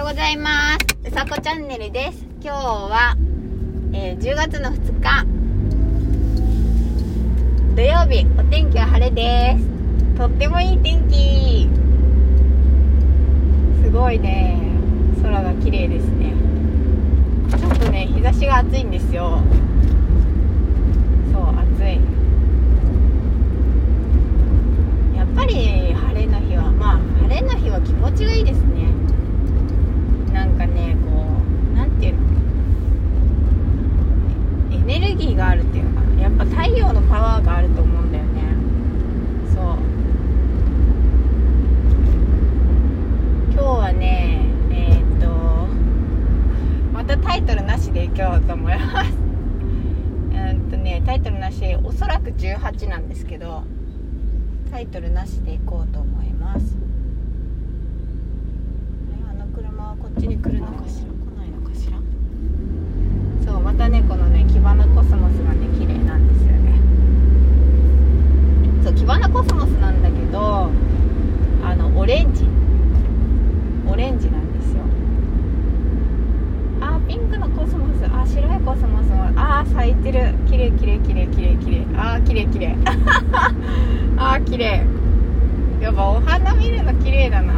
ようございます。うさこチャンネルです。今日は、10月の2日土曜日、お天気は晴れです。とってもいい天気、すごいね、空が綺麗ですね。ちょっとね、日差しが暑いんですよ。そう、暑い。やっぱり晴れの日は、晴れの日は気持ちがいいですね。なんかね、こう、なんていうの、エネルギーがあるっていうのかな。やっぱ太陽のパワーがあると思うんだよね。そう。今日はね、またタイトルなしでいこうと思います。タイトルなし、おそらく18なんですけど、タイトルなしでいこうと思います。あの車はこっちに来るのかしら、来ないのかしら。そう、またね、このね、キバナコスモスがね、綺麗なんですよね。そう、キバナコスモスなんだけど、オレンジなんですよ。ピンクのコスモス、白いコスモスも、咲いてる。綺麗。綺麗。綺麗。綺麗。やっぱお花見るの綺麗だな。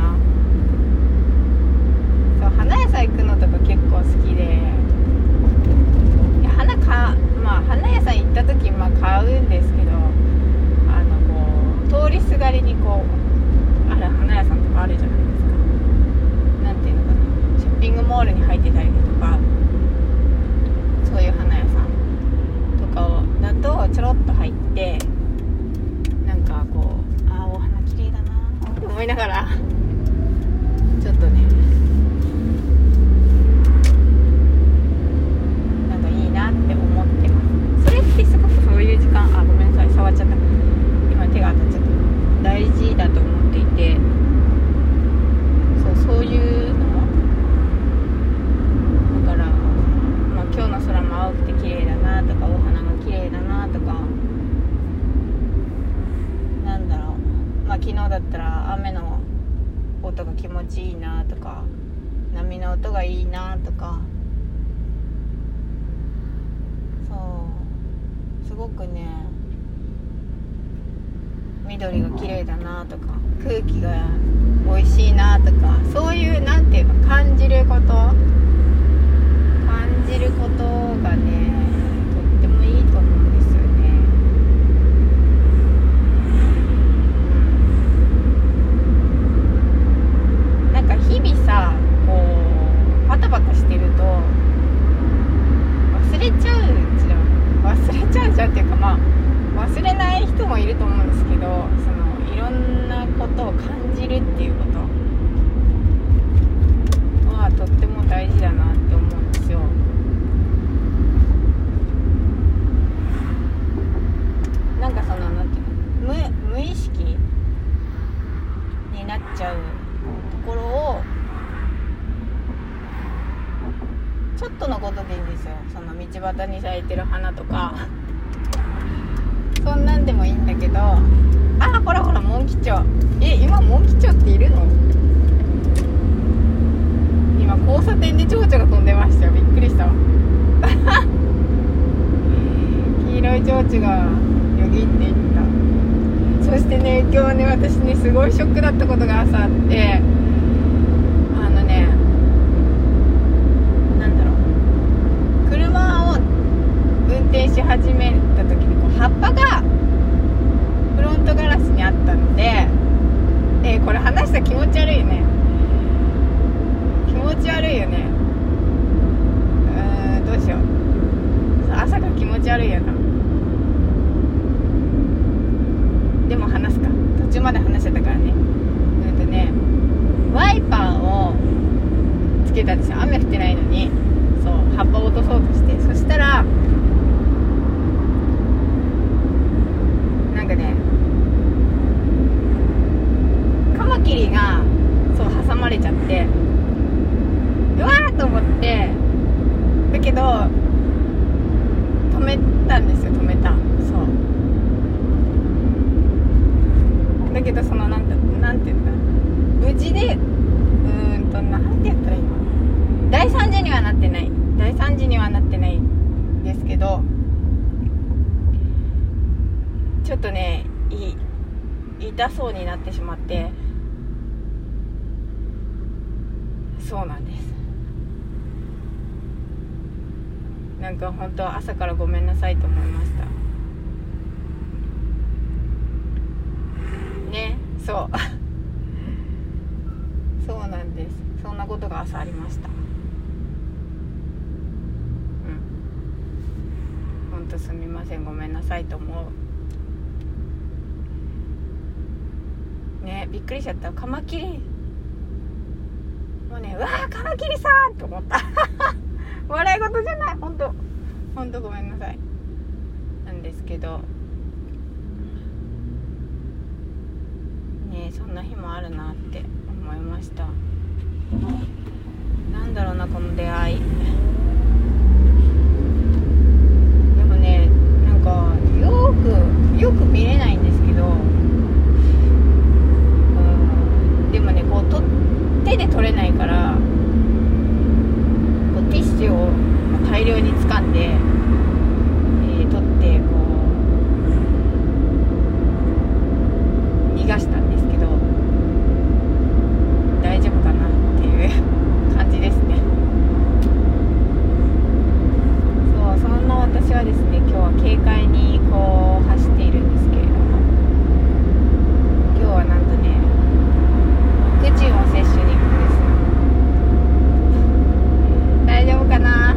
そう、花屋さん行くのとか結構好きで、花屋さん行った時買うんですけど、こう通りすがりにこう花屋さんとかあるじゃないですか。なんていうのかな、ショッピングモールに入ってたりとか、そういう花屋さんとかだとちょろっと入って、なんかこう、お花綺麗だなって思いながら、ちょっとね、なんかいいなって思ってます。それってすごくそういう時間、ごめんなさい、触っちゃった。今手が当たっちゃった。大事だと思っていて、そういうのだから、今日の空も青くて綺麗だなとか、お花が綺麗だなとか、なんだろう、昨日だったら雨の音が気持ちいいなとか、波の音がいいなとか、そう、すごくね、緑が綺麗だなとか、空気が美味しいなとか、そういう、なんていうの、感じることがね、とってもいいと思うんですよね。なんか日々さ、こうバタバタしてると忘れちゃうじゃんっていうか、忘れない人もいると思うんですけど、いろんなことを感じるっていうことはとっても大事だなって思うんですよ。なんかなんていうの、無意識になっちゃうところを、ちょっとのことでいいんですよ。道端に咲いてる花とかそんなんでもいいんだけど、ほらモンキチョウ、今モンキチョウっているの？今交差点で蝶々が飛んでましたよ。びっくりしたわ。黄色い蝶々がよぎっていった。そしてね、今日はね、私ね、すごいショックだったことが朝あって、車を運転し始めた時に葉っぱがフロントガラスにあったので、これ話したら気持ち悪いよね。どうしよう。朝が気持ち悪いよな。でも話すか。途中まで話しちゃったからね。ワイパーをつけたんですよ。雨降ってないのに。そう、葉っぱを落とそうとして、そしたらなんかね、カマキリがそう挟まれちゃって、うわーと思って、だけど止めたんですよ。そうだけど、なんていうんだ、無事で、なんて言ったらいいの、 じにはなってないんですけど、ちょっとね痛そうになってしまって、そうなんです。なんか本当朝からごめんなさいと思いましたね。そうそうなんです。そんなことが朝ありました。本当すみません、ごめんなさいと思うね。びっくりしちゃった。カマキリ、もうね、うわーカマキリさんと思った笑い事じゃない、本当ごめんなさいなんですけどね、そんな日もあるなって思いました。なんだろうな、この出会い。でもね、なんかよく見れないんですけど、でもね、こう手で取れないから、こうティッシュを大量に掴んで、取ってこう逃がしたんですけど、大丈夫かなっていう感じですね。そう、そんな私はですね、今日は軽快にこう走っているんですけれども、今日はなんとね、ワクチンを接種に行くんですよ。大丈夫かな。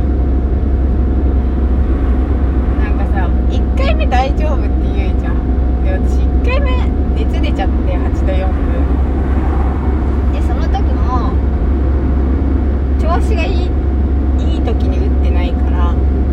なんかさ、1回目大丈夫って言うじゃん。で、私1回目熱出ちゃって、8度4分で、その時も調子がいい時に打ってないから、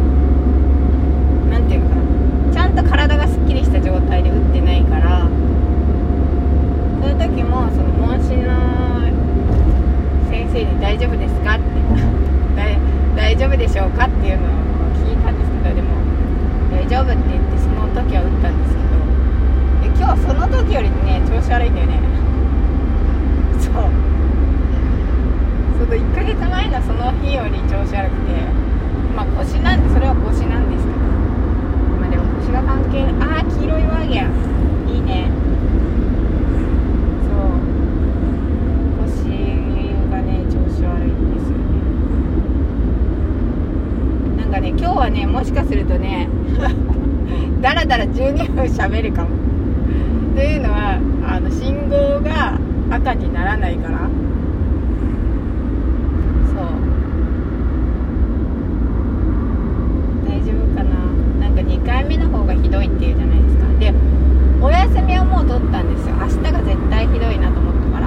なんていうのかな、ちゃんと体がすっきりした状態で打ってないから、その時もその問診の先生に大丈夫ですかって大丈夫でしょうかっていうのを聞いたんですけど、でも大丈夫って言ってその時は打ったんですけど、今日その時よりね調子悪いんだよね。そうその1ヶ月前のその日より調子悪くて、まあ腰なんで、それは腰なんですけど、まあでも腰が関係、あー黄色いワーゲンいいね。そう腰がね調子悪いんですよね。なんかね、今日はね、もしかするとねだらだら12分喋るかも。というのは信号が赤にならないから。そう大丈夫かな。なんか2回目の方がひどいっていうじゃないですか。で、お休みはもう取ったんですよ。明日が絶対ひどいなと思ったから。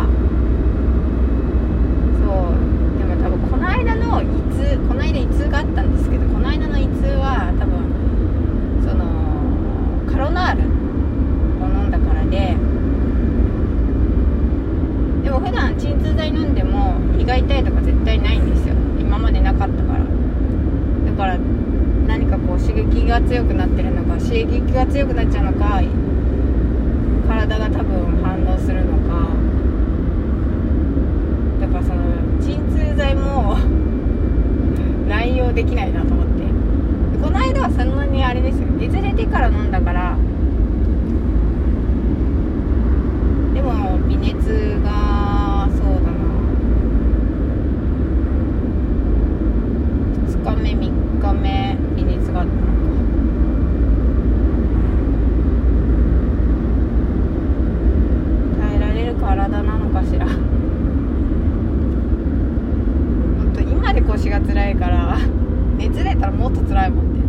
そうでも多分この間胃痛があったんですけど、この間の胃痛は多分そのカロナールを飲んだからでも普段鎮痛剤飲んでも胃が痛いとか絶対ないんですよ。今までなかったから。だから何かこう刺激が強くなってるのか、刺激が強くなっちゃうのか、体が多分反応するのか、だからその鎮痛剤も乱用できないなと思って。この間はそんなにあれですよ、熱出てから飲んだから。でも微熱がそうだな、2日目3日目微熱があったのか。耐えられる体なのかしら。本当今で腰が辛いから熱出たらもっと辛いもんね。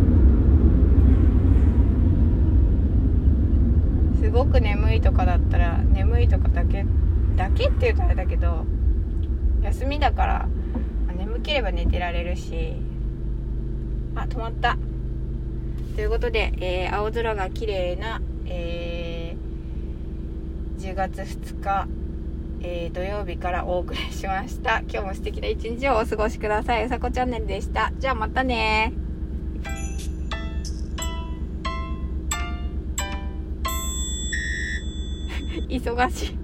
すごく眠いとかだったら、眠いとかだけっていうとあれだけど、休みだから、眠ければ寝てられるし。あ、止まった。ということで、青空が綺麗な、10月2日、土曜日からお送りしました。今日も素敵な一日をお過ごしください。うさこチャンネルでした。じゃあまたね。忙しい。